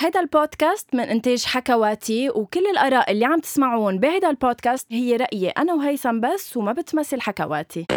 هيدا البودكاست من إنتاج حكواتي، وكل الآراء اللي عم تسمعون بهيدا البودكاست هي رأيي أنا وهيثم بس، وما بتمثل حكواتي.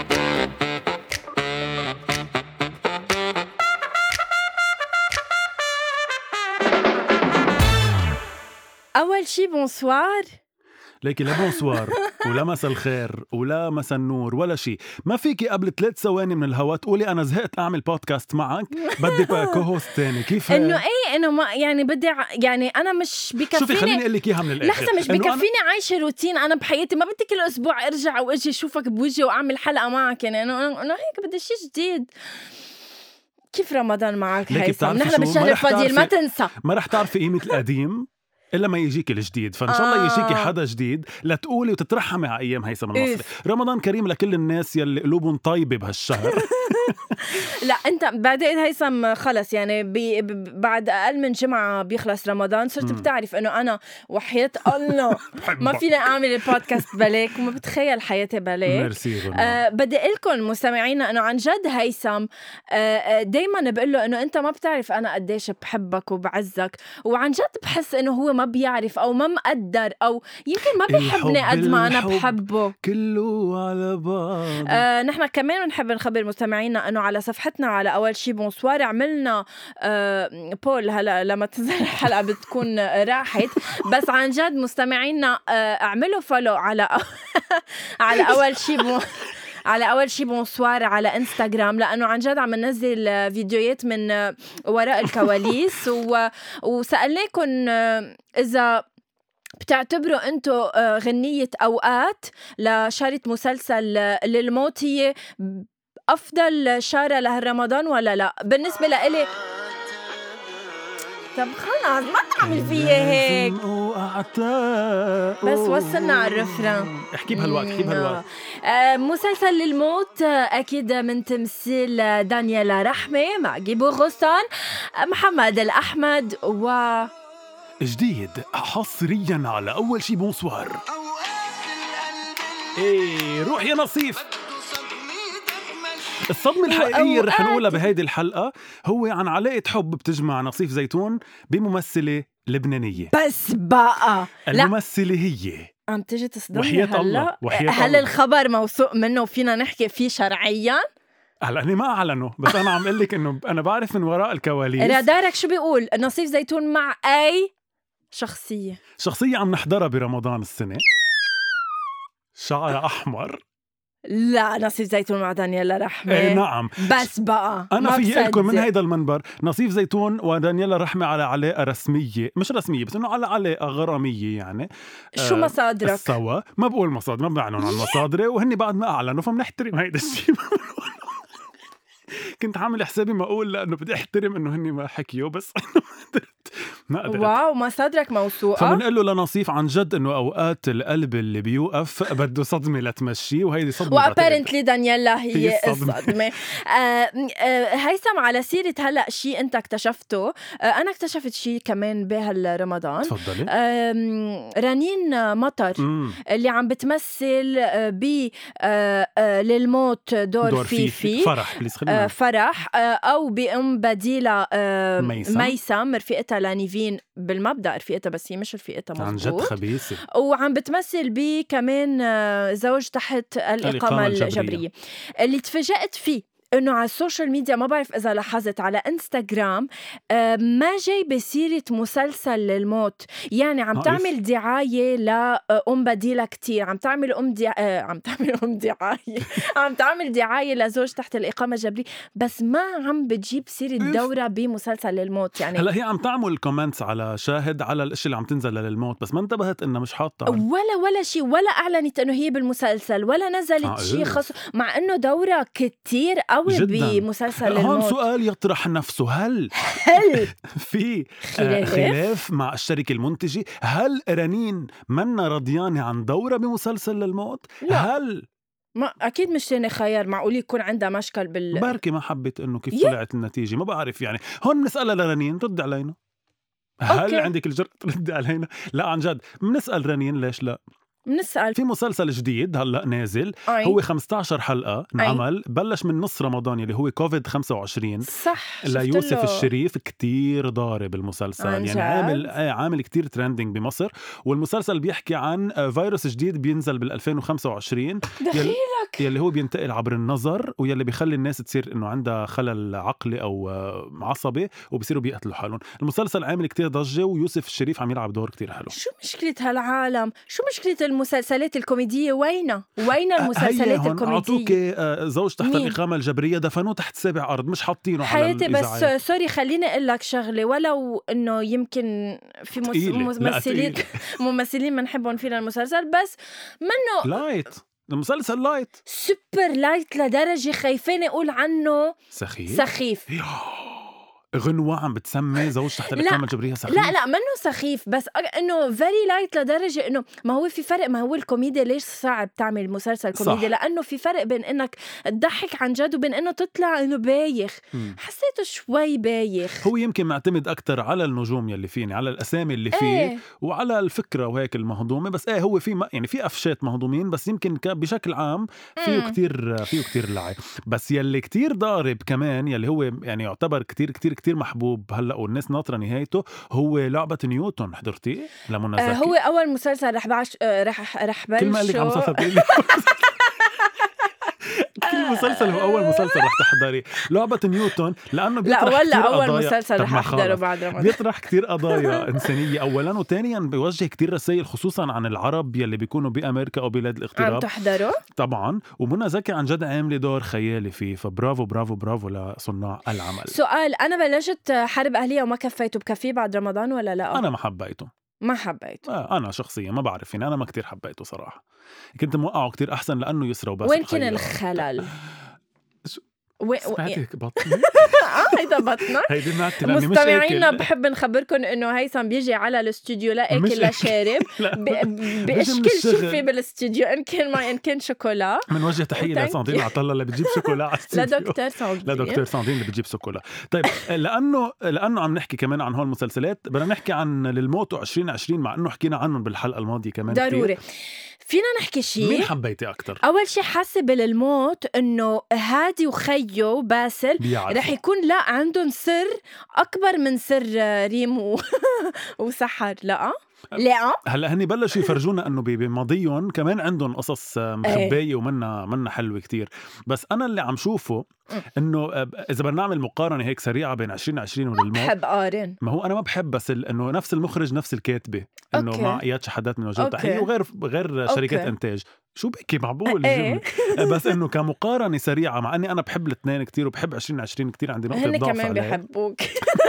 أول شي بونسوار. ليكي لا بونسوار ولا مساء الخير ولا مساء النور ولا شيء. ما فيكي قبل 3 ثواني من الهوا تقولي أنا زهقت أعمل بودكاست معك، بدي بقى كوهوست تاني. كيف إنه إيه إنه ما يعني بدي يعني أنا مش بكفيني. شوفي خليني أقول لك إياها من الآخر. لحظة، مش بكفيني عايشة روتين أنا بحياتي. ما بدي كل أسبوع أرجع وأجي أشوفك بوجهي وأعمل حلقة معك. يعني أنا هيك بدي شيء جديد. كيف رمضان معك هيثم؟ نحن بالشهر الفضيل ما تنسى. ما رح تعرفي قيمة القديم إلا ما يجيك الجديد. فإن شاء الله يجيكي حدا جديد لتقولي وتترحمي على أيام هيثم المصري. رمضان كريم لكل الناس يلي قلوبهم طيبة بهالشهر. لا أنت بعدين هيثم خلص يعني بعد أقل من جمعة بيخلص رمضان. صرت بتعرف إنه أنا وحياة الله ما فينا أعمل البودكاست بلاك وما بتخيل حياتي بلاك. بدي أقولكم مستمعينا إنه عن جد هيثم دايما بقول له إنه أنت ما بتعرف أنا قديش بحبك وبعزك، وعن جد بحس إنه هو ما بيعرف أو ما مقدر أو يمكن ما بيحبني قد ما أنا بحبه. كله على بعض. نحن كمان بنحب نخبر مستمعينا أنه على صفحتنا على أول شي بونسوار عملنا بول. هلا لما تنزل الحلقة بتكون راحت، بس عن جد مستمعينا اعملوا فولو على على أول شي بونسوار على إنستغرام، لأنه عن جد عم ننزل فيديوهات من وراء الكواليس. وسألناكم إذا بتعتبروا أنتو غنية أوقات لشارة مسلسل للموت هي أفضل شارة لهالرمضان ولا لا. بالنسبة لإلي طب خلاص ما تعمل فيها هيك، بس وصلنا على الرفران. احكي بهالوقت. مسلسل للموت أكيد من تمثيل دانييلا رحمة مع جيبو غصان، محمد الأحمد جديد حصريا على أول شي بونسوار. ايه روح يا نصيف. الصدمة الحقيقية رح نقولها بهيدي الحلقة هو عن علاقة حب بتجمع نصيف زيتون بممثلة لبنانية. بس بقى الممثلة هي عم تيجي تصدمني وحياة الله. هل الخبر موثوق منه وفينا نحكي فيه شرعيا؟ هلا أنا ما أعلنه، بس أنا عم قل لك إنه أنا بعرف من وراء الكواليس. رادارك شو بيقول؟ نصيف زيتون مع أي شخصية عم نحضرها برمضان السنة، شعر أحمر. لا نصيف زيتون مع دانييلا رحمة. ايه نعم. بس بقى أنا في لكم من هيدا المنبر نصيف زيتون ودانييلا رحمة على علاقة رسمية، مش رسمية بس إنه على علاقة غرامية يعني. شو مصادرك؟ سوا ما بقول مصادر، ما بعلن عن مصادري، وهني بعد ما أعلنوا فمنحترم هيدا الشيء. كنت عامل حسابي ما أقول لأنه بدي أحترم إنه هني ما حكيوا، بس ما قدرت. واو مصادرك موثوقة. فبنقول له لنصيف عن جد إنه أوقات القلب اللي بيوقف بده صدمة لتمشيه، وهيدي صدمة. وأبارنتلي دانييلا هي الصدمة. هيثم على سيرة هلأ شيء أنت اكتشفته، أنا اكتشفت شيء كمان بهالرمضان. تفضلي. رنين مطر اللي عم بتمثل للموت دور فيفي فرح أو بأم بديلة ميسم رفيقتها لنيفين. بالمبدأ رفيقتها بس هي مش رفيقتها مزبوط، عن جد خبيثة. وعم بتمثل كمان زوج تحت الإقامة الجبرية. اللي تفاجأت فيه إنه على السوشيال ميديا، ما بعرف إذا لاحظت على إنستغرام، ما جاي بسيرة مسلسل للموت. يعني عم تعمل دعاية لأم بديلة كتير، عم تعمل دعاية لزوج تحت الإقامة الجبرية، بس ما عم بتجيب سيرة دورة بمسلسل للموت. يعني هلا هي عم تعمل كومنتس على شاهد على الاشي اللي عم تنزل للموت، بس ما انتبهت إنه مش حاطة ولا شيء، ولا أعلنت إنه هي بالمسلسل، ولا نزلت شيء خاص، مع إنه دورة كتير قوي بمسلسل الموت. هون سؤال يطرح نفسه، هل في خلاف مع الشركة المنتجة؟ هل رنين منا رضيانة عن دورة بمسلسل للموت؟ لا. هل ما أكيد مش تاني خيار، معقول يكون عندها مشكل باركي ما حبت إنه كيف طلعت النتيجة، ما بعرف. يعني هون بنسألها لرنين رد علينا. هل عندك الجرأة ترد علينا؟ لا عن جد بنسأل رنين ليش لا. بنسأل. في مسلسل جديد هلأ نازل أي. هو 15 حلقة انعمل، بلش من نص رمضان اللي هو كوفيد 25. صح. ليوسف الشريف كتير ضارب المسلسل، يعني عامل كتير ترندينج بمصر. والمسلسل بيحكي عن فيروس جديد بينزل بال2025 يلي هو بينتقل عبر النظر، ويلي بيخلي الناس تصير انه عندها خلل عقلي او عصبي وبصيروا بيقتلوا حالهم. المسلسل عامل كتير ضجة ويوسف الشريف عم يلعب دور كتير حلو. شو مشكلة هالعالم؟ شو مشكلة المسلسلات الكوميدية؟ وين المسلسلات الكوميدية؟ عطوك زوج تحت الإقامة الجبرية دفنوه تحت 7 أرض، مش حاطينه على حياتي. بس سوري خليني أقول لك شغلة، ولو إنه يمكن في ممثلين منحبهم فينا المسلسل، بس منه لايت. المسلسل لايت، سوبر لايت لدرجة خايفين أقول عنه سخيف. غنوة عم بتسمي زوج تحت الإقامة الجبرية سخيف. لا منه سخيف، بس إنه very light لدرجة إنه ما هو في فرق. ما هو الكوميديا ليش صعب تعمل مسلسل كوميديا؟ لأنه في فرق بين إنك تضحك عن جد وبين إنه تطلع إنه بايخ. حسيته شوي بايخ. هو يمكن معتمد أكتر على النجوم يلي فيه، على الأسامي اللي فيه وعلى الفكرة وهيك المهضومة. بس هو في يعني في أفشات مهضومين، بس يمكن بشكل عام فيه كتير لعب. بس يلي كتير ضارب كمان، يلي هو يعني يعتبر كتير محبوب هلأ والناس ناطرة نهايته، هو لعبة نيوتن. حضرتيه لمنى زكي؟ هو أول مسلسل رح بلشه. كل ما قال لك عم مسلسل كل مسلسل هو أول مسلسل رح تحضري لعبة نيوتن، لأنه بيطرح كتير قضايا. أول مسلسل رح أحضره بعد رمضان. بيطرح كتير قضايا إنسانية أولاً، وثانياً بيوجه كتير رسائل خصوصاً عن العرب يلي بيكونوا بأمريكا أو بلاد الاغتراب. عم تحضره؟ طبعاً. ومنى زكي عن جد عاملة دور خيالي فيه، فبرافو لصناع العمل. سؤال، أنا بلشت حرب أهلية وما كفيته، بكفيه بعد رمضان ولا لا؟ أنا ما حبيته. أنا شخصيا ما بعرف، يعني أنا ما كتير حبيته صراحة. كنت موقعه كتير أحسن لأنه يسرى وبس. وين كان الخلل؟ سمعتك بطني؟ هيدا بطنك. هيدي معتي مستمعينا بحب نخبركم انه هيثم بيجي على الاستوديو لا اكل لا شارب باشكال شفي بالاستوديو، ان كان ما ان كان شوكولا. من وجه تحيه لساندرين عطله اللي بتجيب شوكولا على الاستوديو. لدكتور ساندرين اللي بتجيب شوكولا. طيب لانه عم نحكي كمان عن هول المسلسلات، بدنا نحكي عن للموت 2020 مع انه حكينا عنهم بالحلقه الماضيه كمان ضروري كتير. فينا نحكي شيء. مين حبيتي أكتر؟ أول شيء حاسة بالموت إنه هادي وخيو باسل رح يكون لا عندهم سر أكبر من سر ريم وسحر. لا هلا هني بلشوا يفرجونا انه بماضيهم كمان عندهم قصص مخبايه ومنا حلوه كتير. بس انا اللي عم شوفه انه اذا بدنا نعمل مقارنه هيك سريعه بين 2020 والموت، بحب قارن. ما هو انا ما بحب، بس انه نفس المخرج نفس الكاتبه، انه مع اياد شحادات من وجه تحيه وغير شركات انتاج. شو بكي معقول بس انه كمقارنه سريعه، مع اني انا بحب الاثنين كتير وبحب 2020 كتير، عندي نقطه ضعف هن كمان بيحبوك.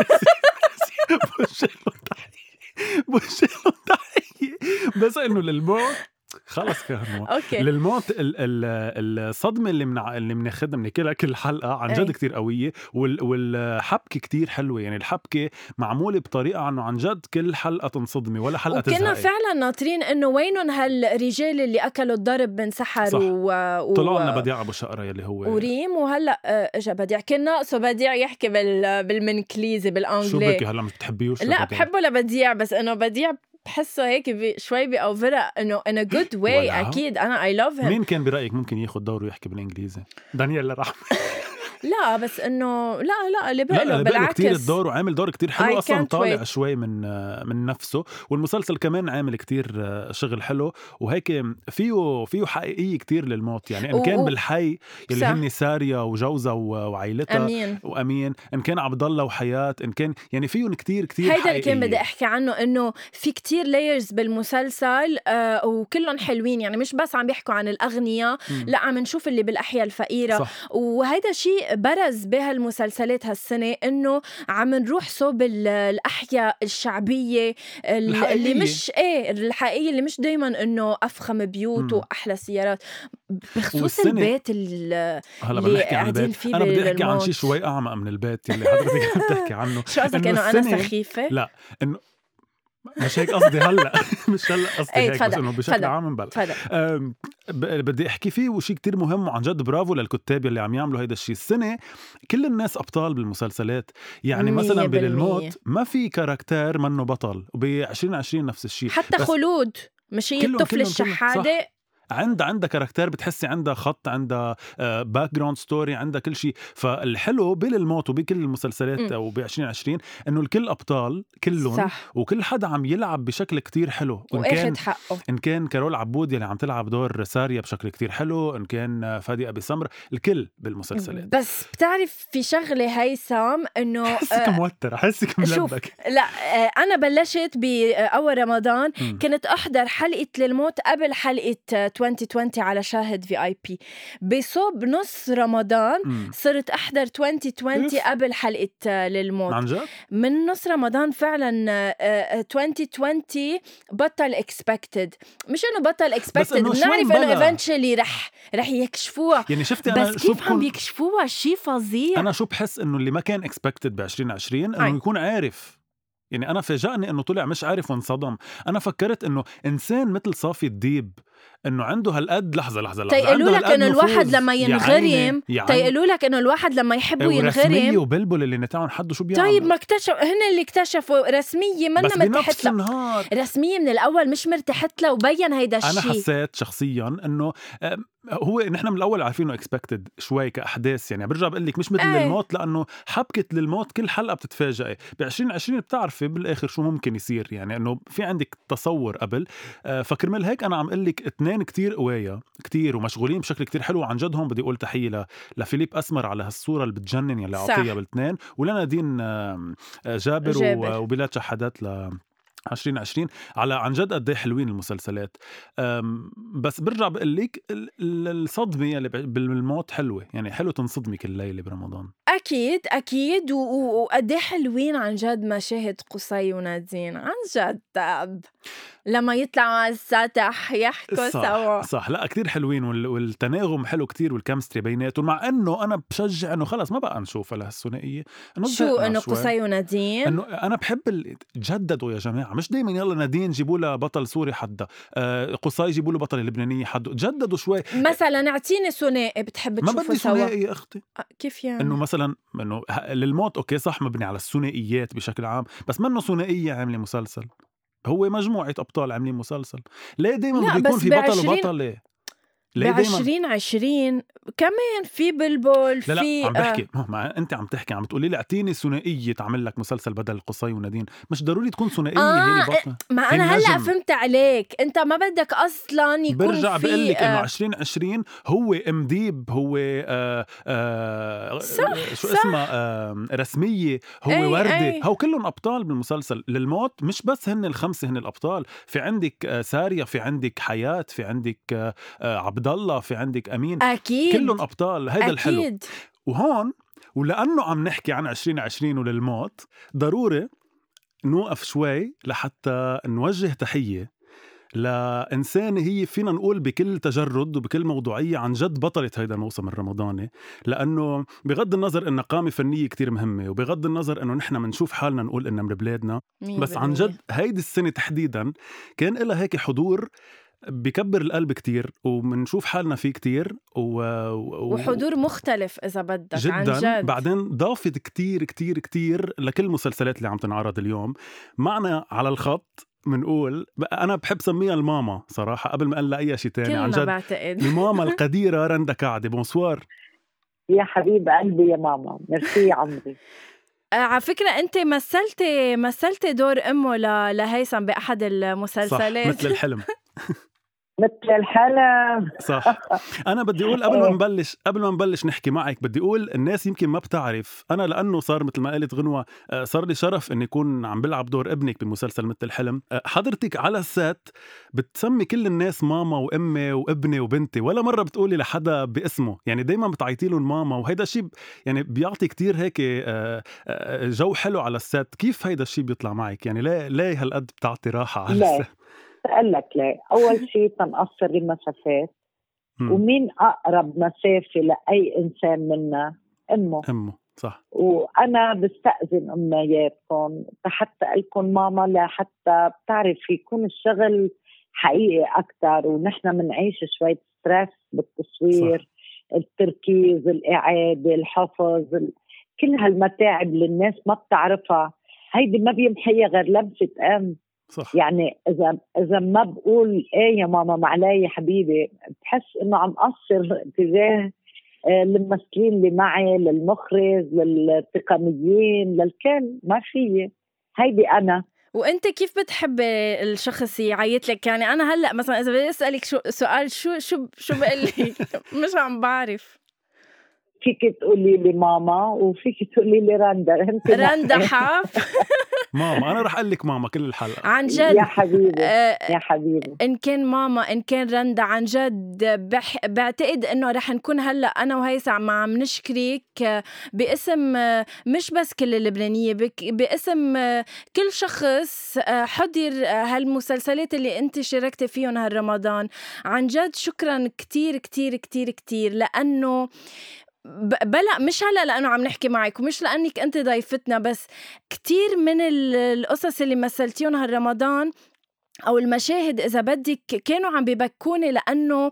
بوشيلو تحية. بس انه للموت خلص كانوا للموت الصدمة اللي بناخدها من كل حلقة عن جد كتير قوية، والحبكة كتير حلوة. يعني الحبكة معمولة بطريقة انه عن جد كل حلقة تنصدمي ولا حلقة تزهقي. وكنا فعلا ناطرين انه وينهم هالرجال اللي اكلوا الضرب من سحر طلعوا لنا بديع ابو شقرة يلي هو وريم، وهلا اجا بديع. كان ناقصه بديع يحكي بالمنكليزي بالانجلي. شو بكي هلا مش بتحبيوش؟ لا بحبه لبديع، بس انه بديع بحسه هيك شوي بأوفرة انه in a good way. اكيد انا I love him. مين كان برأيك ممكن ياخد دوره ويحكي بالانجليزي؟ دانيال رحمة. لا بس انه لا اللي بقى بالعكس كتير الدور، وعامل دور كتير حلو اصلا، طالع شوي من نفسه. والمسلسل كمان عامل كتير شغل حلو، وهيك فيه حقيقية كتير للموت. يعني ان كان بالحي اللي هن ساريا وجوزها وعائلتها وامين، ان كان عبد الله وحياة، ان كان يعني فيهم كتير هيدا اللي كان بدي احكي عنه، انه في كتير لايرز بالمسلسل وكلهم حلوين. يعني مش بس عم بيحكوا عن الاغنياء، لا عم نشوف اللي بالاحياء الفقيرة. صح. وهيدا شيء برز بهالمسلسلات هالسنة، إنه عم نروح صوب الأحياء الشعبية اللي مش الحقيقية، اللي مش دايما إنه أفخم بيوت وأحلى سيارات. بخصوص البيت اللي قاعدين فيه. أنا بدي أحكي عن شيء شوي أعمق من البيت اللي حضرتك بتحكي عنه. شو قصدك؟ إنه أنا سخيفة؟ لا إنه مش هيك قصدي هلا. مش هلا قصدي هيك، بس انه بشكل عام بلا. بدي احكي فيه وشي كتير مهم، وعن جد برافو للكتاب اللي عم يعملوا هيدا الشيء. السنه كل الناس ابطال بالمسلسلات. يعني مثلا بالموت ما في كاركتر منه بطل، وب 2020 نفس الشيء. حتى خلود مش هي الطفل الشحادة. عندها كاركتير، بتحسي عندها خط، عندها باك جراوند ستوري، عندها كل شيء. فالحلو بالموت وبكل المسلسلات او ب 2020 انه الكل ابطال كلهم، وكل حدا عم يلعب بشكل كتير حلو، واخد حقه. ان كان كارول عبود اللي عم تلعب دور سارية بشكل كتير حلو، ان كان فادي ابي سمر، الكل بالمسلسلات. بس بتعرف في شغله هيثم انه حسك موتر، حسك ملبك. لا انا بلشت باول رمضان كنت احضر حلقه للموت قبل حلقه 2020 على شاهد VIP. بصوب نص رمضان صرت احضر 2020 قبل حلقه للموت. عن جد؟ من نص رمضان فعلا 2020 بطل expected. مش انه بطل expected، بنعرف انه eventually رح يكشفوها. يعني شفتي بس كيف عم بيكشفوها شيء فظيع. انا شو بحس انه اللي ما كان expected ب 2020 انه يكون عارف. يعني أنا فاجأني إنه طلع مش عارف وانصدم. أنا فكرت إنه إنسان مثل صافي الديب إنه عنده هالقد لحظة تيقلوا لك إنه الواحد لما ينغرم، تيقلوا لك إنه الواحد لما يحبوا ينغرم. رسمية وبلبل اللي نتاعهم حدوا شو بيعمل. طيب ما اكتشف، هن اللي اكتشفوا رسمية منا مرتحت له. رسمية من الأول مش مرتحت له وبين هيدا الشيء. أنا حسيت شخصيا إنه هو نحن من الأول عارفينه expected شوي كأحداث. يعني برجع بقول لك مش مثل الموت، لأنه حبكة للموت كل حلقة بتتفاجئي. ب 2020 بتعرفي بالآخر شو ممكن يصير، يعني إنه في عندك تصور قبل. فكرمال هيك أنا عم قل لك اثنين كتير قوية كتير ومشغولين بشكل كتير حلو. عن جد هون بدي أقول تحية لفيليب أسمر على هالصورة اللي بتجنن يلي عطية بالاثنين، ولنادين جابر. وبلاد شحادات 2020 على عن جد قد ايه حلوين المسلسلات. بس برجع بقول لك الصدمه اللي بالموت حلوه، يعني حلو تنصدمي كل ليله برمضان. اكيد وقد ايه حلوين عن جد مشاهد قصي ونادين عن جد لما يطلعوا على السطح يحكوا سوا. صح، لا كتير حلوين والتناغم حلو كتير والكيمستري بيناتهم. مع انه انا بشجع انه خلص ما بقى نشوفها لهالثنائيه. انه قصي ونادين، انه انا بحب جددوا يا جماعه، مش دايما يلا نادين جيبوا لها بطل سوري حدا، قصي جيبوا له بطل لبنانيه حدا، جددوا شوي. مثلا اعطيني ثنائي بتحب تشوفه سوا. ما بدي ثنائي يا اختي. كيف يعني؟ انه مثلا انه للموت اوكي صح مبني على الثنائيات بشكل عام، بس منه ثنائيه عامله مسلسل، هو مجموعة أبطال عاملين مسلسل. ليه دايما بده يكون في بطل وبطلة؟ ليه ب 2020 كمان في بلبل لا في عم بحكي انت عم تحكي عم بتقولي لي اعطيني ثنائيه تعمل لك مسلسل بدل قصي ونادين. مش ضروري تكون ثنائيه هي البطله. ما انا هلا فهمت عليك، انت ما بدك اصلا يكون برجع بقول لك انه 2020 هو مديب، هو شو اسمه رسميه، هو وردة، هو كلهم ابطال بالمسلسل. للموت مش بس هن الخمسه هن الابطال، في عندك سارية، في عندك حياة، في عندك عبد الله، في عندك أمين، أكيد كلهم أبطال. هيدا الحلو. وهون ولأنه عم نحكي عن 2020 وللموت، ضروري نوقف شوي لحتى نوجه تحية لإنسانة هي فينا نقول بكل تجرد وبكل موضوعية عن جد بطلة هيدا الموسم الرمضاني. لأنه بغض النظر إنه قامة فنية كتير مهمة، وبغض النظر إنه نحنا منشوف حالنا نقول إننا من بلادنا، بس عن جد هيدي السنة تحديدا كان إلها هيك حضور بيكبر القلب كتير، ومنشوف حالنا فيه كتير وحضور مختلف إذا بدك جداً. عن جد. بعدين ضافت كتير كتير كتير لكل المسلسلات اللي عم تنعرض اليوم. معنا على الخط منقول أنا بحب سميها الماما صراحة قبل ما قال لا أي شيء تاني. عن جد بعتقد الماما القديرة رندا كعدي. بونسوار يا حبيب قلبي يا ماما. ميرسي يا عمري. على فكرة أنت مثلتي دور أمه لهيثم بأحد المسلسلات. صح، مثل الحلم. مثل الحلم. صح. أنا بدي أقول قبل ما نبلش نحكي معك، بدي أقول الناس يمكن ما بتعرف، أنا لأنه صار مثل ما قالت غنوة صار لي شرف إني يكون عم بلعب دور ابنك بمسلسل مثل الحلم. حضرتك على السات بتسمي كل الناس ماما وأمي وابني وبنتي، ولا مرة بتقولي لحدا باسمه، يعني دايما بتعيطي لهم ماما. وهيدا الشيء يعني بيعطي كتير هيك جو حلو على السات. كيف هيدا الشيء بيطلع معك؟ يعني ليه هالقد بتعطي راحة على السات؟ أقول لك ليه. أول شيء تنقصر المسافات، ومين أقرب مسافة لأي إنسان منا؟ أمه. صح. وأنا بستأذن أمنياتكم حتى لكم ماما، لحتى بتعرف يكون الشغل حقيقي أكتر، ونحن منعيش شوية ستريس بالتصوير. صح. التركيز، الإعادة، الحفظ، كل هالمتاعب اللي الناس ما بتعرفها، هيدي ما بيمحيها غير لمسة أم. صح. يعني إذا ما بقول إيه يا ماما معلي يا حبيبي، بحس إنه عم أقصر تجاه الممثلين اللي معي، للمخرج، للتقنيين، للكل. ما فيي، هيدي أنا. وانت كيف بتحبي الشخص يعيط لك؟ يعني انا هلا مثلا اذا بدي اسالك سؤال شو بقول لك؟ مش عم بعرف. فيك تقولي لي ماما وفيك تقولي لي رندا. انت رندا حاف. ماما، انا رح اقول لك ماما كل الحلقه عن جد يا حبيبي. يا حبيبي، إن كان ماما إن كان رندا، عن جد بعتقد إنه رح نكون هلأ أنا وهيثم ما عم نشكرك باسم مش بس كل اللبنانية، باسم كل شخص حضر هالمسلسلات اللي أنت شاركت فيهم هالرمضان. عن جد شكرا كتير كتير كتير كتير، لأنه بلا مش هلا لأنه عم نحكي معك ومش لأنك أنت ضيفتنا، بس كتير من القصص اللي مثلتيهم هالرمضان أو المشاهد إذا بدك كانوا عم بيبكوني، لأنه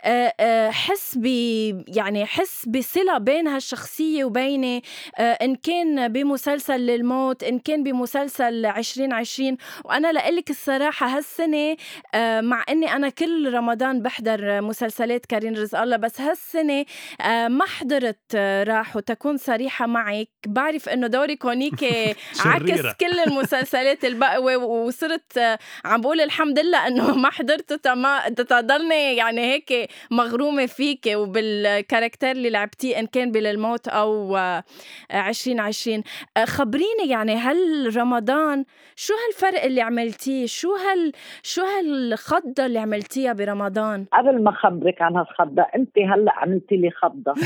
حس بصلة بين هالشخصية وبيني، إن كان بمسلسل للموت، إن كان بمسلسل 2020. وأنا لقلك الصراحة هالسنة مع أني أنا كل رمضان بحضر مسلسلات كارين رزق الله، بس هالسنة ما حضرت راح، وتكون صريحة معك بعرف أنه دورك هونيك عكس كل المسلسلات البقوة، وصرت عم بقول الحمد لله انه ما حضرته تضلني يعني هيك مغرومه فيك وبالكاركتر اللي لعبتيه ان كان بالموت او 2020. خبريني يعني هل رمضان شو هالفرق اللي عملتيه؟ شو هالخضه اللي عملتيها برمضان؟ قبل ما خبرك عن هالخضه، انت هلا عملتي لي خضه.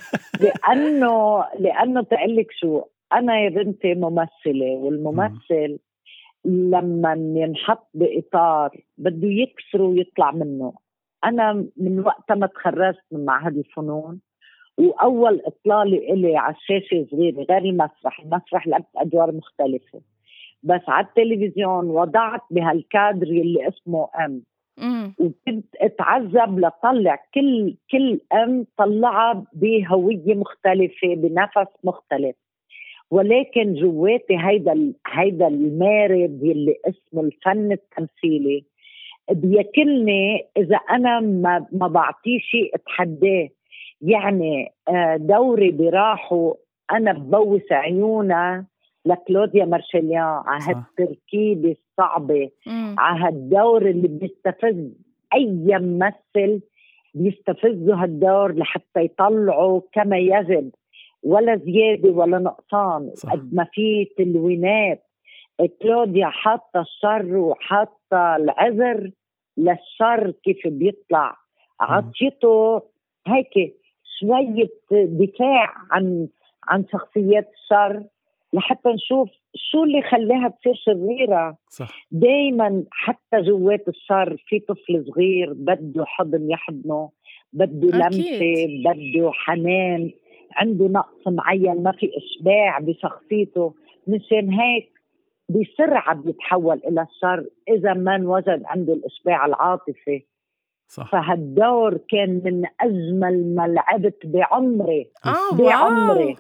لانه تقلك شو، انا يا بنتي ممثله، والممثل لما ينحط بإطار بده يكسره ويطلع منه. أنا من وقت ما تخرجت من معهد الفنون، وأول إطلالي إلي على الشاشة صغيرة غير المسرح لعبت أدوار مختلفة، بس على التلفزيون وضعت بهالكادر اللي اسمه أم، وكنت أتعذب لطلع كل أم طلعها بهوية مختلفة بنفس مختلف. ولكن جواتي هيدا المارد اللي اسمه الفن التمثيلي بياكلني إذا أنا ما بعطيه شيء اتحداه. يعني دوري براحه أنا ببوس عيونا لكلوديا مارشليان على هالتركيبة الصعبة، على هالدور اللي بيستفز أي ممثل، بيستفزه هالدور لحتى يطلعه كما يجب، ولا زيادة ولا نقصان. قد ما في تلوينات. كلوديا حاطة الشر وحاطة العذر للشر، كيف بيطلع عطيته هيك شوية دفاع عن شخصيات الشر لحتى نشوف شو اللي خلاها تصير شريرة. دايما حتى جوات الشر في طفل صغير بده حضن يحضنه، بده لمسة، بده حنان، عنده نقص معين، ما في إشباع بشخصيته. مشان هيك بسرعة بيتحول إلى الشر إذا ما نوجد عنده الإشباع العاطفي. فهالدور كان من أجمل ما لعبت بعمري. بعمري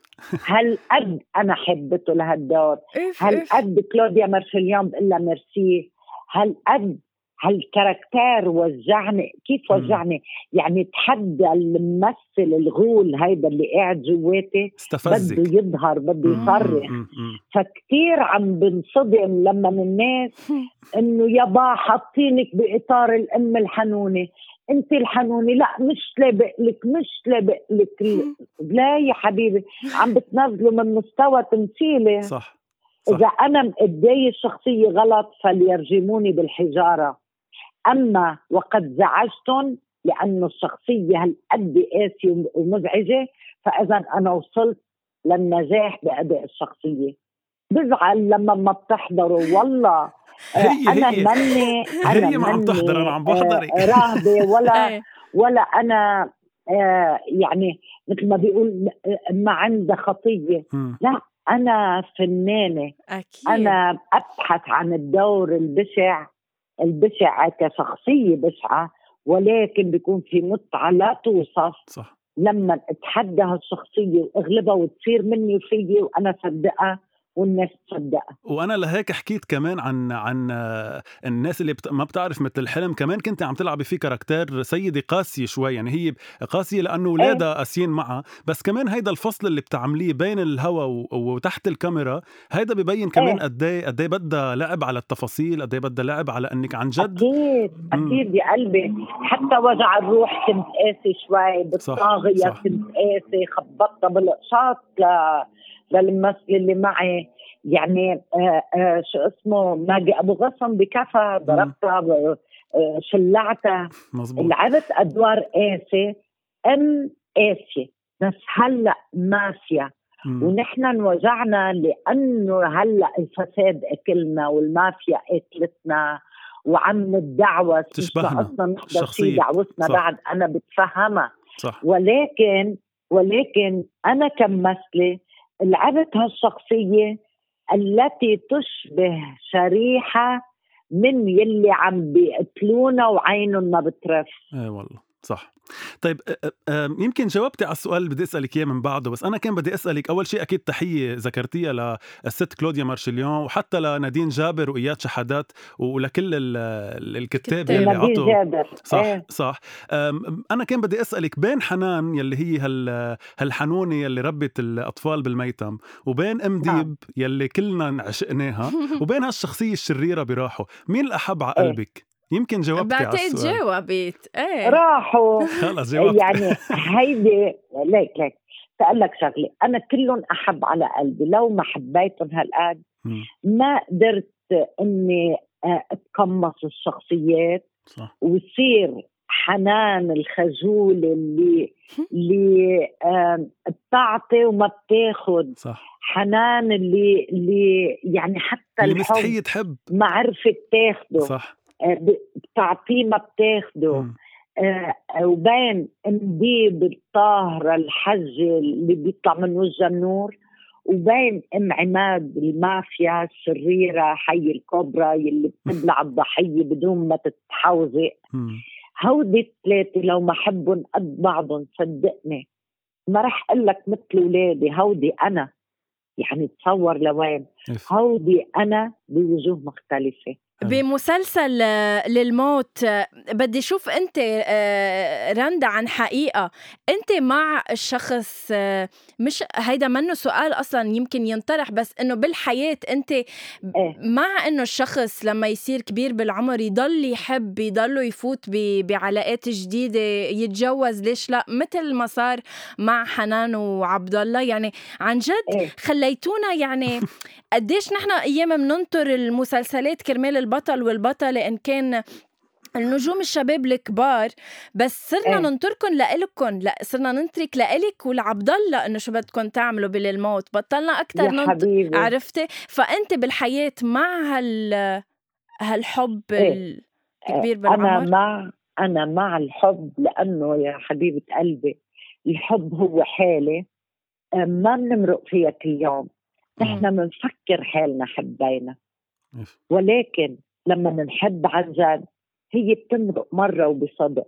هالقد أنا حبته لهالدور، هالقد كلوديا مارشليان بقلها ميرسي، هالقد هالكاركتير وجعني. كيف وجعني؟ يعني تحدى الممثل الغول هيدا اللي قاعد جواتي، بده يظهر، بده يصرخ. فكتير عم بنصدم لما من الناس انه يابا حاطينك بإطار الام الحنونة، انت الحنونة، لا مش لابق لك. لا يا حبيبي، عم بتنزلوا من مستوى تمثيلي. صح. إذا أنا مقداي الشخصية غلط فليرجموني بالحجارة، أما وقد زعجتن لأنه الشخصية هالقد قاسية ومزعجة، فإذا أنا وصلت للنجاح بأداء الشخصية. بزعل لما ما بتحضروا والله. هي ما عم تحضر، أنا عم بحضرك راهبة ولا أنا يعني مثل ما بيقول ما عندها خطية. لا، أنا فنانة. أكيد. أنا أبحث عن الدور البشع كشخصية بشعة، ولكن بيكون في متعة لا توصف. صح. لما اتحدى هالشخصية واغلبها وتصير مني وفيي وأنا صدقها والناس تصدقها. وانا لهيك حكيت كمان عن الناس اللي ما بتعرف مثل الحلم. كمان كنت عم تلعبي فيه كاركتير سيدة قاسية شوي، يعني هي قاسية لانه ولادها قاسيين معها، بس كمان هيدا الفصل اللي بتعمليه بين الهوا وتحت الكاميرا، هيدا ببين كمان قد ايه بدها لعب على التفاصيل، قد ايه بدها لعب على انك عن جد. اكيد يا قلبي، حتى وجع الروح كنت قاسي شوي، بالطاغية كنت قاسي، خبطتها بالقشاط للممثل اللي معي، يعني شو اسمه ماجي أبو غصن بكفى، ضربتها، شلعتها، لعبت أدوار قاسي، قاسية، بس هلأ مافيا. ونحن انوجعنا لأنه هلأ الفساد أكلنا والمافيا أكلتنا وعم الدعوة تشبهنا شخصية دعوتنا. بعد أنا بتفهمها، ولكن أنا كممثلة لعبت هالشخصية التي تشبه شريحة من يلي عم بيقتلونا وعينهم ما بترف. والله صح. طيب يمكن جاوبتي على السؤال اللي بدي أسألك إياه من بعده، بس أنا كان بدي أسألك أول شيء أكيد تحية ذكرتيها للست كلوديا مارشليون، وحتى لنادين جابر وإياد شحادات ولكل الكتاب اللي عطوا. صح. أنا كان بدي أسألك بين حنان يلي هي هالحنونة يلي ربت الأطفال بالميتم، وبين أم ديب يلي كلنا عشقناها، وبين هالشخصية الشريرة براحوا، مين الأحب على قلبك؟ يمكن جاوبتي على السؤال. جاوبت راحوا خلص جاوبت. يعني هيدي ليك تقول لك شغلة، أنا كلهم أحب على قلبي، لو ما حبيتهم هالقد ما قدرت إني أتقمص الشخصيات. صح. وصير حنان الخجول اللي بتعطي وما بتاخد. صح. حنان اللي يعني حتى اللي مستحيل تحب ما عرفت تاخده. صح. بتعطيه ما بتاخده. وبين انديب الطاهرة الحجة اللي بيطلع من وجه النور، وبين ام عماد المافيا الشريرة حي الكوبرا اللي بتبلع الضحية بدون ما تتحوزق. هودي الثلاثة لو ما حبهم قد بعضهم صدقني ما رح قلك مثل ولادي، هودي أنا، يعني تصور لوين هودي أنا بوجوه مختلفة. بمسلسل للموت بدي شوف أنت رندا عن حقيقة، أنت مع الشخص، مش هيدا منه سؤال أصلا يمكن ينطرح، بس إنه بالحياة أنت مع إنه الشخص لما يصير كبير بالعمر يضل يحب، يضل يفوت بعلاقات جديدة، يتجوز، ليش لا، مثل ما صار مع حنان وعبد الله. يعني عن جد خليتونا يعني قديش نحن أيام مننطر المسلسلات كرمال البطل والبطلة إن كان النجوم الشباب الكبار، بس صرنا ننطركن لإلكن، لا صرنا ننترك لإلك والعبد الله إنه شو بدكن تعملوا بالموت، بطلنا أكتر عرفتي. فأنت بالحياة مع هالحب الكبير بالعمر؟ أنا مع الحب، لأنه يا حبيبة قلبي الحب هو حالة ما بنمرق فيها كل يوم. نحن منفكر حالنا حبينا، ولكن لما منحب عن جد هي بتمرق مرة وبصدق.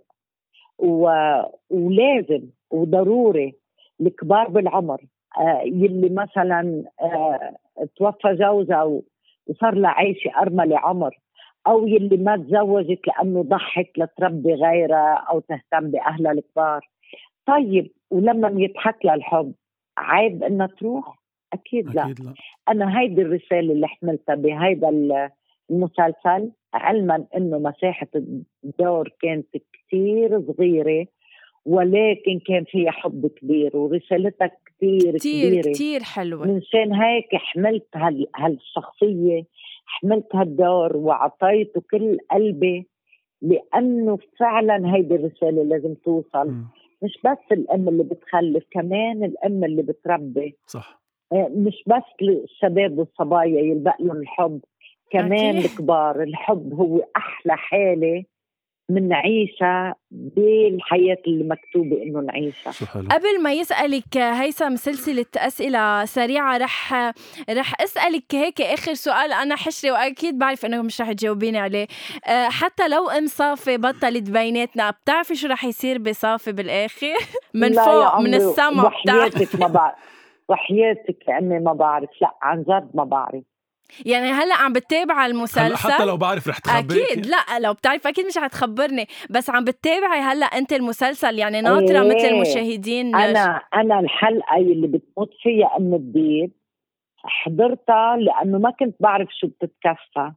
ولازم وضروري الكبار بالعمر يلي مثلا توفى جوزها وصار لها عايشة أرملة عمر، أو يلي ما تزوجت لأنه ضحت لتربي غيرها أو تهتم بأهلها الكبار. طيب ولما يضحك لها الحب عيب إنها تروح؟ أكيد لا. أنا هيدي الرسالة اللي حملتها بهيدا المسلسل، علما إنه مساحة الدور كانت كتير صغيرة، ولكن كان فيها حب كبير ورسالتها كتير كبيرة كتير حلوة. منشان هيك حملت هالشخصية، حملت هالدور وعطيته كل قلبي، لأنه فعلا هيدي الرسالة لازم توصل. مش بس الأم اللي بتخلف، كمان الأم اللي بتربي. صح. مش بس الشباب والصبايا يلبق لهم الحب، كمان الكبار. الحب هو أحلى حالة من نعيشها بالحياة اللي مكتوبة إنه نعيشها. قبل ما يسألك هيثم سلسلة أسئلة سريعة، رح أسألك هيك آخر سؤال، أنا حشري وأكيد بعرف إنه مش رح تجاوبيني عليه. حتى لو أم صافي بطلت بيناتنا، بتعرفي شو رح يصير بصافي بالآخر؟ من فوق من السما وحياتك ما بعرف. وحياتك يا أمي ما بعرف، لا عن جد ما بعرف. يعني هلا عم بتتابع المسلسل؟ حتى لو بعرف رح تخبرني؟ اكيد لا، لو بتعرف اكيد مش حتخبرني، بس عم بتتابعي هلا انت المسلسل يعني ناطره مثل المشاهدين؟ انا الحلقه اللي بتموت فيها ام الديب حضرتها لانه ما كنت بعرف شو بتتكفى.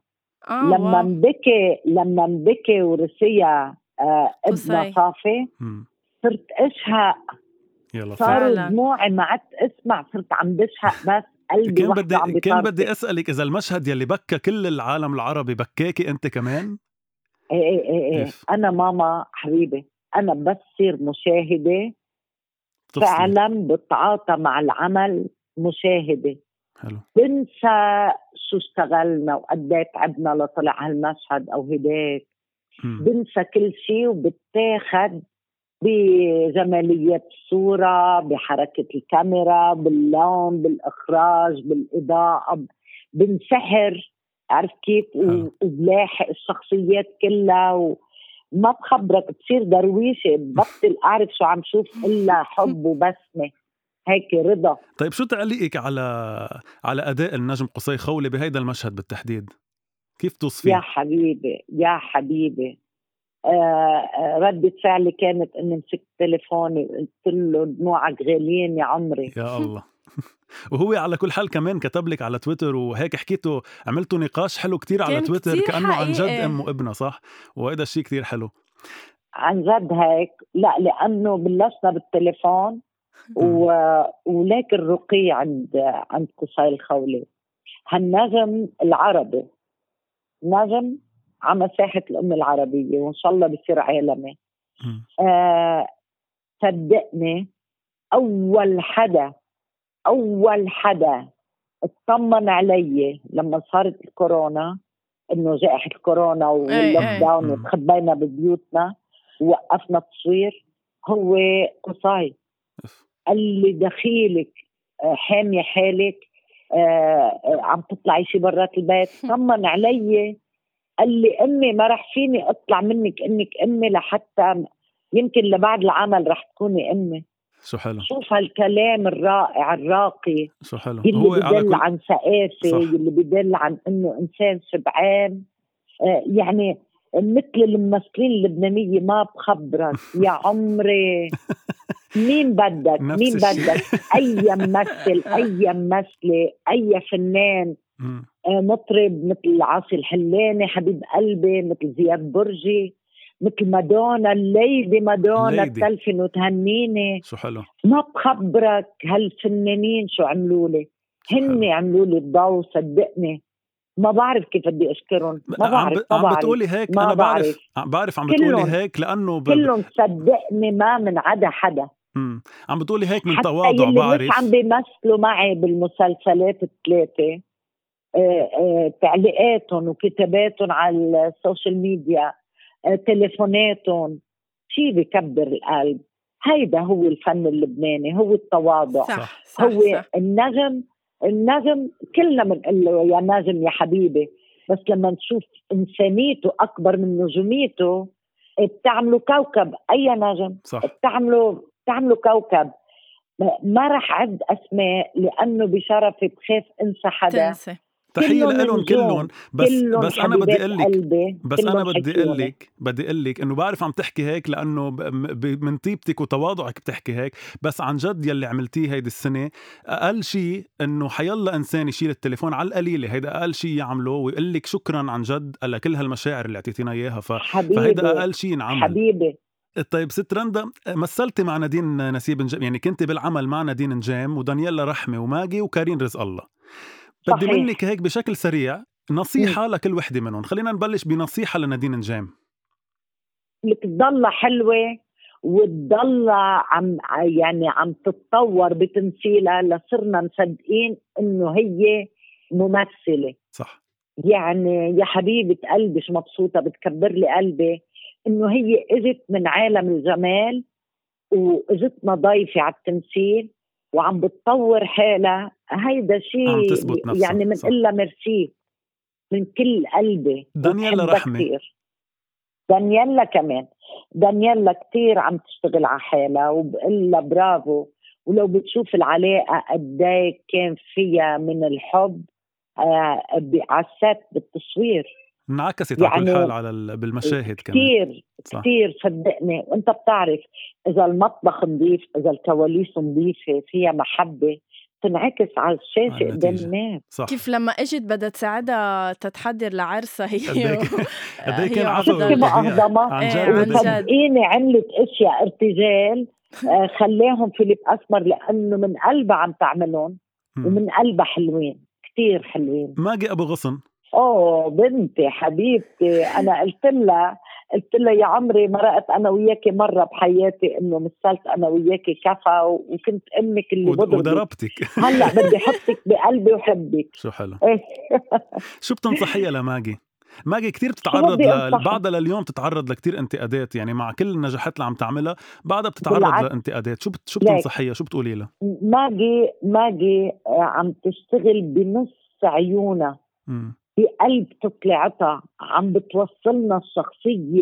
لما انبكي ورسيها ابنها صافي صرت اشهق، صاروا دموعي ما عدت اسمع، صرت عم بشهق بس قلبي كان بدي اسالك اذا المشهد يلي بكى كل العالم العربي بكاكي انت كمان؟ ايه. انا ماما حبيبي انا بس صير مشاهده فعلا بتعاطى مع العمل، مشاهده حلو. بنسى شو اشتغلنا وقديه تعبنا لطلع هالمشهد او هداك، بنسى كل شيء وبتاخد بجمالية الصورة، بحركة الكاميرا، باللون، بالإخراج، بالإضاءة، بنسحر، عارف كيف؟ وبلاحق الشخصيات كلها وما بخبرك، بتصير درويشة، ببطل أعرف شو عم شوف إلا حب وبسمة، هيك رضا. طيب شو تعليقك على أداء النجم قصي خولي بهيدا المشهد بالتحديد؟ كيف توصفيه؟ يا حبيبي ردة فعلي كانت اني مسكت تليفوني وقلت له دموعك غاليين يا عمري. يا الله. وهو على كل حال كمان كتب لك على تويتر وهيك حكيتوا عملتوا نقاش حلو كتير على تويتر كتير كأنه عن جد أم وابنه، صح؟ وهذا الشيء كتير حلو عن جد هيك. لا لأنه بلشنا بالتليفون وليك الرقي عند قصي الخولي، هالنجم العربي نجم على مساحة الأم العربية وإن شاء الله بصير عالمي. صدقني أول حدا اطمن علي لما صارت الكورونا، إنه جائحة الكورونا واللوك داون وتخبينا ببيوتنا ووقفنا التصوير، هو قصي. قال لي دخيلك حامي حالك، عم تطلعي شي برات البيت، طمن علي. قال لي أمي ما رح فيني أطلع منك إنك أمي لحتى يمكن لبعد العمل رح تكوني أمي. شو حلو. شوف هالكلام الرائع الراقي، شو حلو. اللي هو بدل عن ثقافة، اللي بدل عن إنه إنسان شبعان. يعني مثل الممثلين اللبنانية ما بخبرك يا عمري. مين بدك أي ممثلة أي فنان، مطرب مثل عاصي الحلاني حبيب قلبي، مثل زياد برجي، مثل مادونا الليدي مادونا التلفن وتهنيني. شو حلو. ما بخبرك هالفنانين شو عملوا لي، هن عملوا لي الضوء. صدقني ما بعرف كيف بدي أشكرهم. ما بعرف. عم بتقولي هيك أنا بعرف عم بتقولي هيك لأنه كلهم صدقني ما من عدا حدا. عم بتقولي هيك من تواضع. بعرف مش عم بيمثلوا معي بالمسلسلات الثلاثة، تعليقاتهم وكتاباتهم على السوشيال ميديا، تليفوناتهم، شيء بكبر القلب. هيدا هو الفن اللبناني، هو التواضع. صح. هو صح. النجم كلنا بنقول له يا نجم يا حبيبي، بس لما نشوف إنسانيته أكبر من نجوميته بتعملوا كوكب. أي نجم صح. بتعملوا كوكب. ما رح عد أسماء لأنه بشرفي بخاف انسى حدا. تحية لهم كلهم. بس أنا بدي أقول لك إنه بعرف عم تحكي هيك لأنه من طيبتك وتواضعك بتحكي هيك، بس عن جد يلي عملتيه هيدي السنة أقل شيء إنه حيلا إنسان يشيل التليفون على القليلة، هيدا أقل شيء يعمله ويقول لك شكرا عن جد على كل هالمشاعر اللي اعطيتينا إياها. فهيدا أقل شيء نعمل حبيبي. طيب ست رندا، مثلتي مع نادين نسيب نجام، يعني كنت بالعمل مع نادين نجام ودانييلا رحمة وماجي وكارين رزق الله. بدي منك هيك بشكل سريع نصيحة لكل وحدة منهم. خلينا نبلش بنصيحة لنادين نجام. لك تضل حلوة وتضل عم تتطور بتمثيلها لصرنا مصدقين إنه هي ممثلة. صح. يعني يا حبيبة قلبي شو مبسوطة، بتكبر لي قلبي إنه هي إجت من عالم الجمال وإجتنا ضيفة على التمثيل وعم بتطور حالها. هيدا شيء يعني من إلا ميرسي من كل قلبي. دانييلا رحمة دانييلا كمان، دانييلا كتير عم تشتغل على حالها وبقلها برافو. ولو بتشوف العلاقة قداي كان فيها من الحب عسات بالتصوير انعكست على كل حال على بالمشاهد كتير كمان. كتير صدقني. وانت بتعرف اذا المطبخ نظيف، اذا الكواليس نظيفة فيها محبة، تنعكس على الشاشة قدام الناس. كيف لما اجت بدها تساعدها تتحضر لعرسها هي قديه كان عفوي عن جد. وصدقيني عملت اشياء ارتجال خلاهم فيليب أسمر لانه من قلبها عم تعملهم ومن قلبها حلوين، كتير حلوين. ماجي ابو غصن بنتي حبيبتي، انا قلت لها يا عمري مرقت انا وياكي مره بحياتي انه مثلت انا وياكي كفا وكنت امك اللي وضربتك. هلا بدي احطك بقلبي وحبك. شو حلو. شو بتنصحيها لماجي؟ ماجي كتير بتتعرض بعدها لليوم تتعرض لكتير انتقادات، يعني مع كل النجاحات اللي عم تعملها بعدها بتتعرض لانتقادات. شو بتنصحيها؟ شو بتقولي لها؟ ماجي عم تشتغل بنص عيونها، بقلب تطلعتها، عم بتوصلنا الشخصية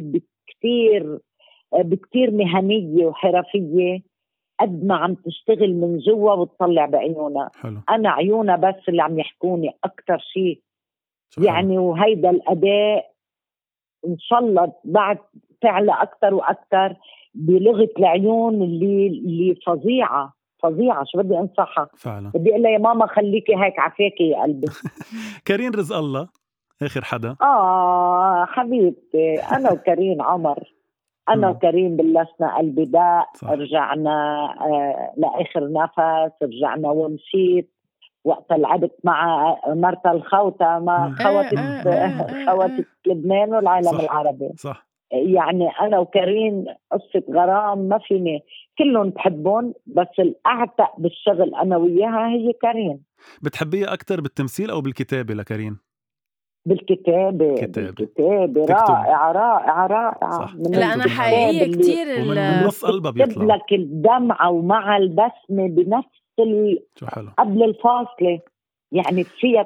بكتير مهنية وحرفية، قد ما عم تشتغل من جوا وتطلع بعيونها. أنا عيونها بس اللي عم يحكوني أكتر شيء يعني. وهيدا الأداء إن شاء الله بعد تعلى أكتر وأكتر بلغة العيون اللي فظيعة. شو بدي أنصحها فعلا؟ بدي أقول لها يا ماما خليكي هيك عفاكي يا قلبي. كارين رزق الله آخر حدا. حبيبتي أنا وكارين عمر، أنا وكارين بلشنا قلبي داء، رجعنا لآخر نفس، رجعنا ومشيت وقت لعبت مع مرتا الخوتة مع خواتة لبنان والعالم العربي. صح. يعني أنا وكارين قصة غرام ما فيني، كلهم بحبهم، بس الأعتق بالشغل أنا وياها هي كارين. بتحبيها أكتر بالتمثيل أو بالكتابة لكارين؟ بالكتابة. رائعة. لا أنا حقيقية كتير ومن نص قلبها بيطلع لك الدمعة ومع البسمة بنفس قبل الفاصلة، يعني فيها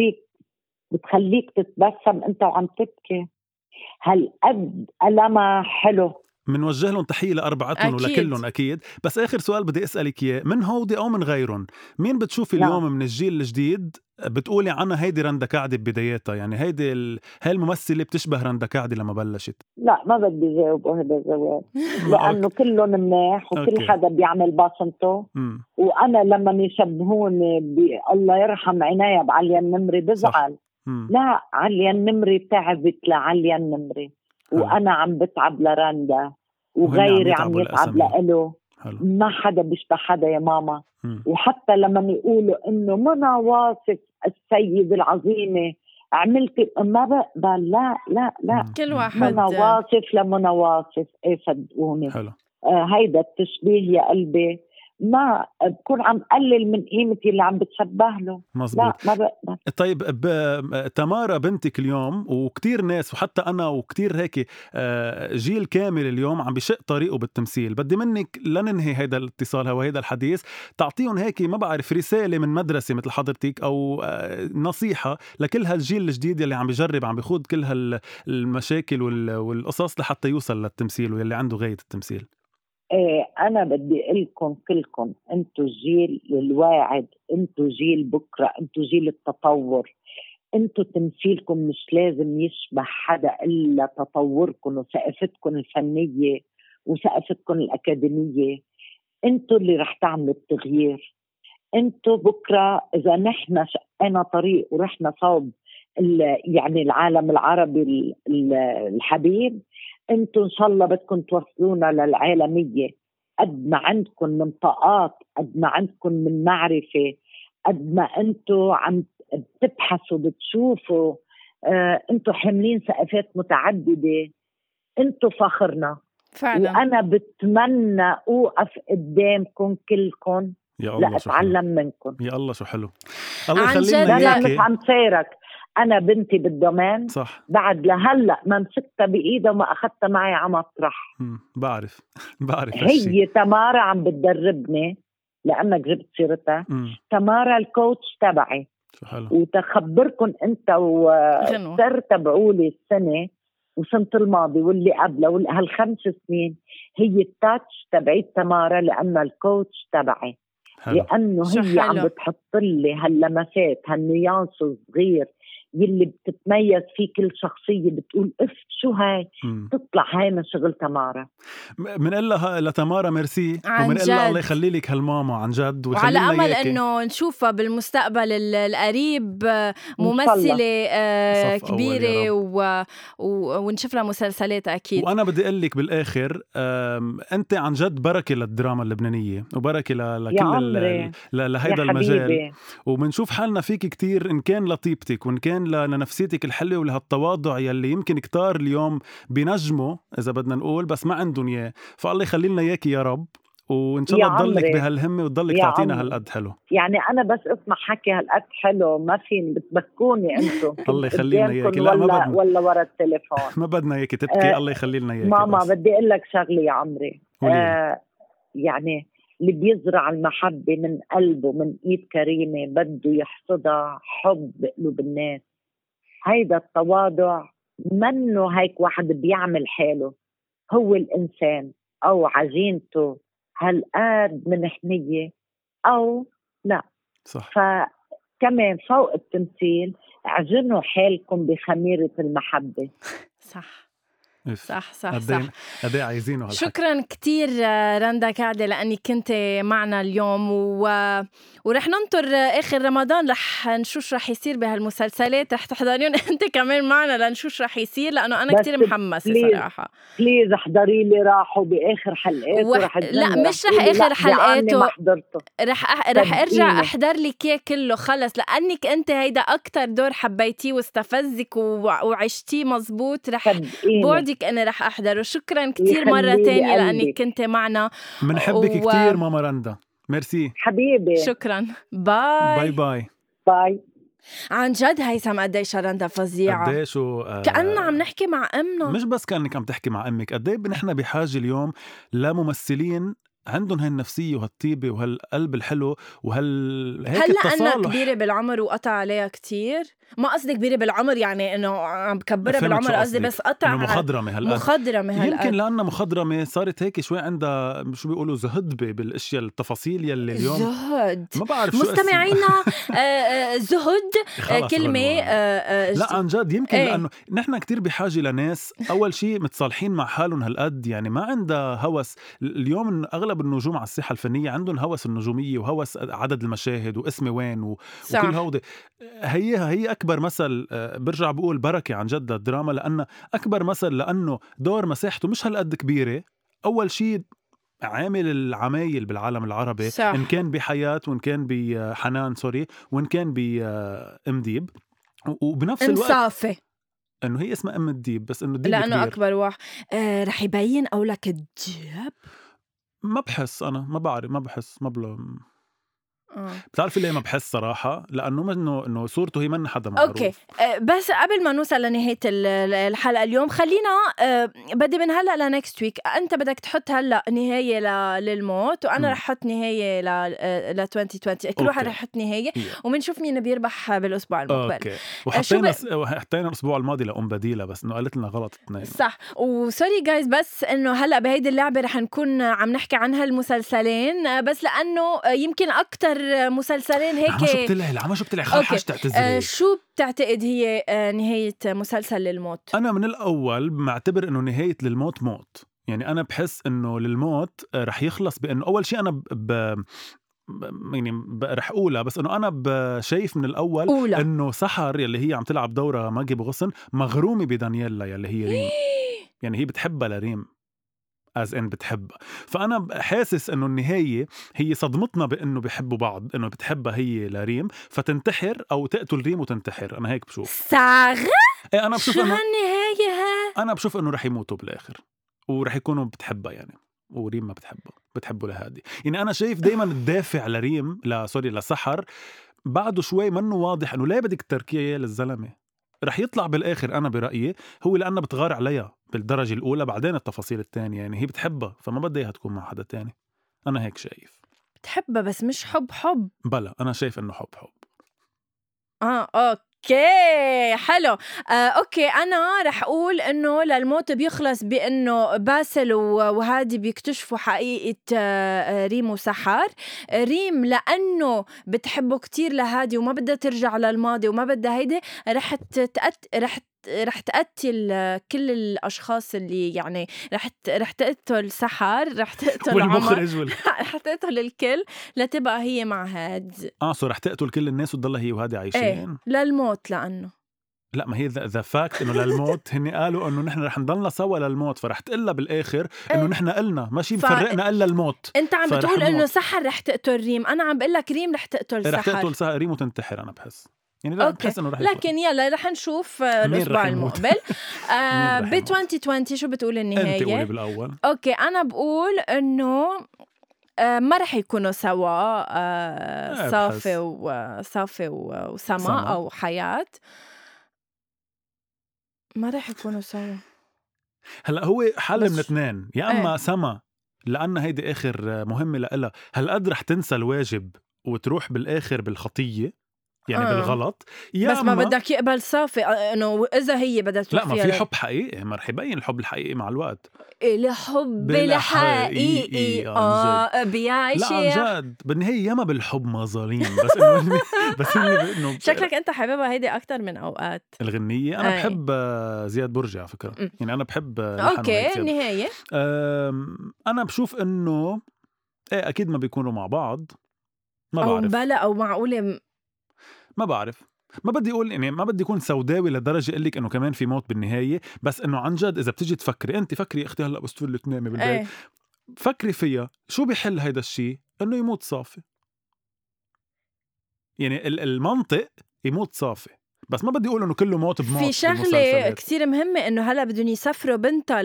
بتخليك تتبسم أنت وعم تبكي. هالقد ألمها حلو. منوجه لهم تحية لأربعتهم ولكلهم أكيد. بس آخر سؤال بدي أسألك إياه، من هودي أو من غيرهم، مين بتشوفي اليوم من الجيل الجديد بتقولي عنها هيدي رندا كعدي ببداياتها؟ يعني هاي الممثلة بتشبه رندا كعدي لما بلشت. لا ما بدي جاوبه هذا الجواب لأنه كلهم مناح وكل حدا بيعمل باصمته. وأنا لما يشبهوني الله يرحم عناية بعليا النمري بزعل. لا، عليا النمري تعبت لعليا النمري، وأنا عم بتعب لرندا، وغيري عم يتعب لإله. ما حدا بيشبه حدا يا ماما. وحتى لما يقولوا إنه منى واصف السيد العظيمة عملت، ما بقبل. لا كل واحد منى واصف لمنى واصف. صدقوني هيدا التشبيه يا قلبي ما بكون عم قلل من قيمتي اللي عم بتشبه له. مزبوط. لا ما بقدر. طيب تمارا بنتك اليوم وكتير ناس وحتى أنا وكتير هيك جيل كامل اليوم عم بشق طريقه بالتمثيل. بدي منك لننهي هيدا الاتصال وهيدا الحديث تعطيهم هيك ما بعرف رسالة من مدرسة مثل حضرتك أو نصيحة لكل هالجيل الجديد اللي عم بيجرب عم بيخوض كل هالمشاكل والقصص لحتى يوصل للتمثيل واللي عنده غاية التمثيل. أنا بدي أقولكم كلكم أنتوا الجيل الواعد، أنتوا جيل بكرة، أنتوا جيل التطور. أنتوا تمثيلكم مش لازم يشبه حدا إلا تطوركم وثقافتكم الفنية وثقافتكم الأكاديمية. أنتوا اللي رح تعملوا التغيير. أنتوا بكرة إذا نحن شقنا طريق ورحنا صوب يعني العالم العربي الحبيب، انتوا ان شاء الله بدكم توصلونا للعالمية. قد ما عندكم من طاقات، قد ما عندكم من معرفة، قد ما انتوا عم بتبحثوا بتشوفوا، انتوا حاملين ثقافات متعددة. انتوا فخرنا فعلا. وانا بتمنى اوقف قدامكم كلكم لأتعلم منكم. يا الله شو حلو. الله يخلينا اياكي. عم سيرك أنا بنتي بالدومين صح. بعد لهلأ ما مسكتها بإيدها وما أخذتها معي على مطرح. بعرف هي تمارا عم بتدربني لأنك جبت سيرتها. تمارا الكوتش تبعي. وتخبركم أنت وسر تبعولي السنة وسنة الماضي واللي قبله هال5 سنين هي التاتش تبعي تمارا لأن الكوتش تبعي. لأنه هي عم بتحط لي هاللمسات هالنيانس الصغير يلي بتتميز فيه كل شخصية. بتقول شو هاي تطلع هاي من شغل تمارا. من إلا لتمارا ميرسي، ومن إلا الله يخلي لك هالماما عن جد، وعلى أمل إنه نشوفها بالمستقبل القريب ممثلة كبيرة ونشوف لها مسلسلات أكيد. وأنا بدي أقول لك بالآخر أنت عن جد بركة للدراما اللبنانية وبركة لكل لهيدا المجال، وبنشوف حالنا فيك كتير إن كان لطيبتك وإن كان لنفسيتك الحلوة ولهالتواضع يلي يمكن كتار اليوم بينجموا إذا بدنا نقول بس ما عندهم إياه. فالله يخلي لنا إياكي يا رب، وإن شاء الله تضلك بهالهمة وتضلك تعطينا هالقد حلو. يعني أنا بس اسمع حكي هالقد حلو ما فين بتبكوني أنتم. الله يخلي لنا إياكي. لا ولا ورا التليفون ما بدنا إياكي تبكي. الله يخلي لنا إياكي. ماما بدي أقول لك شغلة يا عمري. يعني اللي بيزرع المحبة من قلبه من إيد كريمة بده يحصدها حب بقلوب الناس. هيدا التواضع منه هيك واحد بيعمل حاله، هو الإنسان أو عجينته هالقاد من حنية أو لا. صح. فكمان فوق التمثيل اعجنوا حالكم بخميرة المحبة. صح صح صح صح. قدي عايزينه هالحكي. شكرا كتير رندا كعدة لأنك كنت معنا اليوم ورح ننطر آخر رمضان رح نشوف رح يصير بهالمسلسلات. رح تحضرين أنت كمان معنا لنشوف رح يصير لأنه أنا كتير محمسة صراحة. بليز احضري لي راحوا بآخر حلقات لا مش رح آخر حلقاته رح أرجع صدقيني. أحضر لك إياه كله خلص لأنك أنت هيدا أكتر دور حبيتيه واستفزك وعشتيه مزبوط. رح بوعدك أنا رح أحضره. شكرا كتير مرة تانية لأنك كنت معنا. منحبك كتير ماما رندا. ميرسي حبيبي. شكرا. باي باي باي. عن جد هيثم قديش رندا فظيعة. قديش كأننا عم نحكي مع أمنا. مش بس كأنك عم تحكي مع أمك. قديش نحن بحاجة اليوم لممثلين عندهم هالنفسية وهالطيبة وهالقلب الحلو وهيك التصالح. هلا أنا كبيرة بالعمر وقطع عليها كتير. ما قصدي كبيرة بالعمر يعني إنه عم بكبرها بالعمر، قصدي بس قطع مخضرمة مخضرمة يمكن لأنها مخضرمة صارت هيك شوي عندها شو بيقولوا زهد بالاشياء التفاصيل يلي اليوم زهد. ما بعرف شو مستمعينا زهد كلمة لا عن جد يمكن لأنه نحن كتير بحاجة لناس أول شيء متصالحين مع حالهم هالقد، يعني ما عندها هوس. اليوم أغلب النجوم على الساحة الفنية عندهم هوس النجومية وهوس عدد المشاهد واسمي وين وكل هودي. هي أكبر مثل برجع بقول بركة عن جد للدراما، لأن أكبر مثل لأنه دور مساحته مش هالقد كبيرة. أول شيء عامل العمايل بالعالم العربي صح. إن كان بحياة وإن كان بحنان وإن كان بأمديب، وبنفس الوقت انصافي إنه هي اسمها أم الديب بس إنه الديب لأنه كبير. أكبر واحد رح يبين أولك الديب. ما بحس أنا ما بعرف ما بحس ما بتعرفي ليه ما بحس صراحة؟ لأنه إنه صورته هي من حدا معروف. أوكي بس قبل ما نوصل لنهاية الحلقة اليوم خلينا بدي من هلأ لنكست ويك أنت بدك تحط هلأ نهاية للموت وأنا رح أحط نهاية ل 2020. كل واحد رح يحط نهاية ومنشوف مين بيربح بالأسبوع المقبل. أوكي. وحطينا الأسبوع الماضي لأم بديلة بس إنه قالت لنا غلط اثنين. صح. وسوري جايز بس إنه هلأ بهيدي اللعبة رح نكون عم نحكي عن هالمسلسلين بس لأنه يمكن أكتر مسلسلين هيك. عم شو بتلعي خلحش تعتذري. شو بتعتقد هي نهاية مسلسل للموت؟ أنا من الأول معتبر إنه نهاية للموت موت. يعني أنا بحس إنه للموت رح يخلص بإنه أول شيء أنا يعني رح أقولها بس إنه أنا شايف من الأول أولى. إنه سحر يلي هي عم تلعب دورة ماجي بغصن مغرومة بدانييلا يلي هي ريم. يعني هي بتحبها لريم بتحبها. فأنا حاسس إنه النهاية هي صدمتنا بإنه بيحبوا بعض، إنه بتحبها هي لريم فتنتحر أو تقتل ريم وتنتحر. أنا هيك بشوف. صاغ؟ أنا بشوف شو هالنهاية أنا بشوف إنه رح يموتوا بالآخر ورح يكونوا بتحبها يعني وريم ما بتحبه لهادي. يعني أنا شايف دايما الدافع لريم لسحر بعده شوي منه واضح إنه ليه بدك تركيه للزلمة. رح يطلع بالآخر أنا برأيي هو لأنه بتغار عليها بالدرجة الأولى بعدين التفاصيل التانية. يعني هي بتحبها فما بدها إياها تكون مع حدا تاني. أنا هيك شايف. بتحبها بس مش حب بلا أنا شايف إنه حب. اوكي حلو. اوكي انا رح اقول انه للموت بيخلص بانه باسل وهادي بيكتشفوا حقيقة ريم وسحر. ريم لانه بتحبه كتير لهادي وما بدها ترجع للماضي وما بدها هيدي رح تقتل كل الاشخاص اللي يعني رح تقتل سحر، رح تقتل والمخرج رح تقتل الكل لتبقى هي مع هاد. سو رح تقتل كل الناس وتضلها هي وهادي عايشين. ايه للموت. لانه لا ما هي ذا فاكت انه للموت هن قالوا انه نحن رح نضلنا سوا للموت، فرح تقلها بالاخر انه نحن قلنا ماشي مفرقنا الا الموت. انت عم بتقول انه سحر رح تقتل ريم، انا عم بقول لك ريم رح تقتل سحر. رح تقتل سحر ريم وتنتحر. انا بحس يعني لا بحس انه رح لكن يلا رح نشوف الاسبوع المقبل. ب 2020 شو بتقول النهايه؟ انت قولي بالاول. اوكي انا بقول انه ما رح يكونوا سوا صافي وسما او حياة، ما رح يكونوا سوا. هلا هو حل من اثنين، يا اما سما لأن هيدي آخر مهمة لإلها، هل قد رح تنسى الواجب وتروح بالآخر بالخطية يعني بالغلط، يا بس ما بدك يقبل صافي انه اذا هي بدها تروح لا ما في حب حقيقي، ما رح يبين الحب الحقيقي مع الوقت. الحب الحقيقي بيعيش. لا عن جد بالنهاية ياما بالحب مظالم بس انه شكلك انت حبيبها هيدي اكتر من اوقات الغنية. انا بحب زياد برجي على فكرة. يعني انا بحب اوكي النهاية انا بشوف انه ايه اكيد ما بيكونوا مع بعض، ما أو بعرف بلا او معقولة ما بعرف، ما بدي اقول يعني ما بدي اكون سوداوي لدرجه اقول لك انه كمان في موت بالنهايه، بس انه عن جد اذا بتيجي تفكري انت فكري اختي هلا بس تفل تنامي بالبيت فكري فيها شو بيحل هيدا الشيء، انه يموت صافي. يعني المنطق يموت صافي، بس ما بدي اقول انه كله موت بموت. في شغله كتير مهمه انه هلا بدهم يسافروا بنتها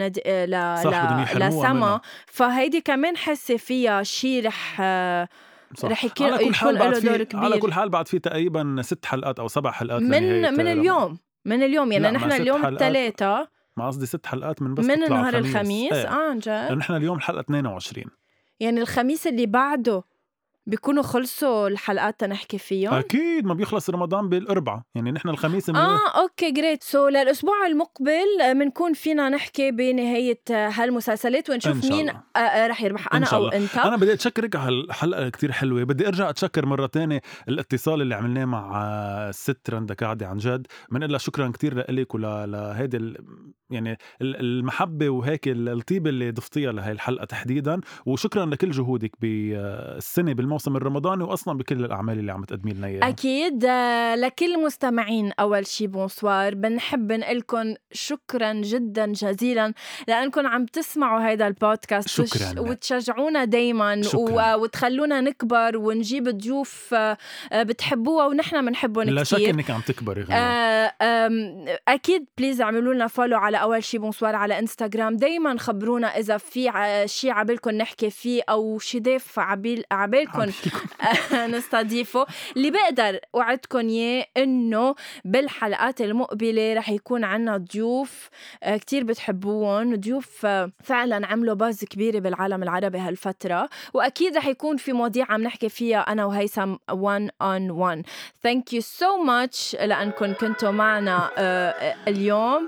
لسما، فهيدي كمان حسي فيها شيء رح يكون له دور كبير. على كل حال بعد في تقريبا 6 حلقات او 7 حلقات من اليوم يعني نحن اليوم الثلاثة، ما قصدي 6 حلقات من بس من نهار الخميس. عن جد نحن اليوم الحلقة 22، يعني الخميس اللي بعده بيكونوا خلصوا الحلقات تنحكي فيهم. أكيد ما بيخلص رمضان بالأربعة، يعني نحن الخميس أوكي جريت. سو للأسبوع المقبل منكون فينا نحكي بنهاية هالمسلسلات ونشوف مين رح يربح، أنا أو أنت. أنا بدي أتشكرك على الحلقة كتير حلوة. بدي أرجع أتشكر مرة تانية الاتصال اللي عملناه مع الست رندا كعدي. عن جد من إلا شكرا كتير لك ولهيدي يعني المحبة وهيك الطيبة اللي ضفتيها لهي الحلقة تحديدا، وشكرا لكل جهودك بالسنة بالموسم الرمضاني وأصلا بكل الأعمال اللي عم تقدمي لنا إياها. أكيد. لكل مستمعين أول شي بونسوار، بنحب نقلكن شكرا جدا جزيلا لأنكم عم تسمعوا هيدا البودكاست وتشجعونا دايما وتخلونا نكبر ونجيب ضيوف بتحبوها ونحن بنحبهم كتير. لا شك إنك عم تكبري. أكيد بليز اعملوا لنا فولو على أول شي بونسوار على انستغرام. دايما خبرونا إذا في شي عبالكم نحكي فيه أو شي ضيف عبالكم نستضيفه. اللي بقدر وعدكم إياه إنه بالحلقات المقبلة رح يكون عنا ضيوف كتير بتحبوهم، ضيوف فعلا عملوا باز كبيرة بالعالم العربي هالفترة، وأكيد رح يكون في مواضيع عم نحكي فيها أنا وهيثم one on one. Thank you so much لأنكم كنتوا معنا اليوم.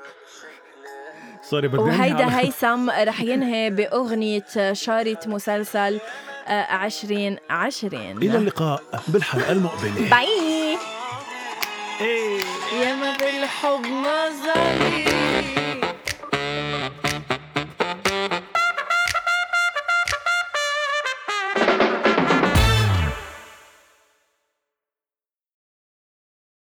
وهيدا هيثم رح ينهي بأغنية شارة مسلسل 2020. إلى اللقاء بالحلقة المقبلة. باي. يا ما بالحب ما زالي.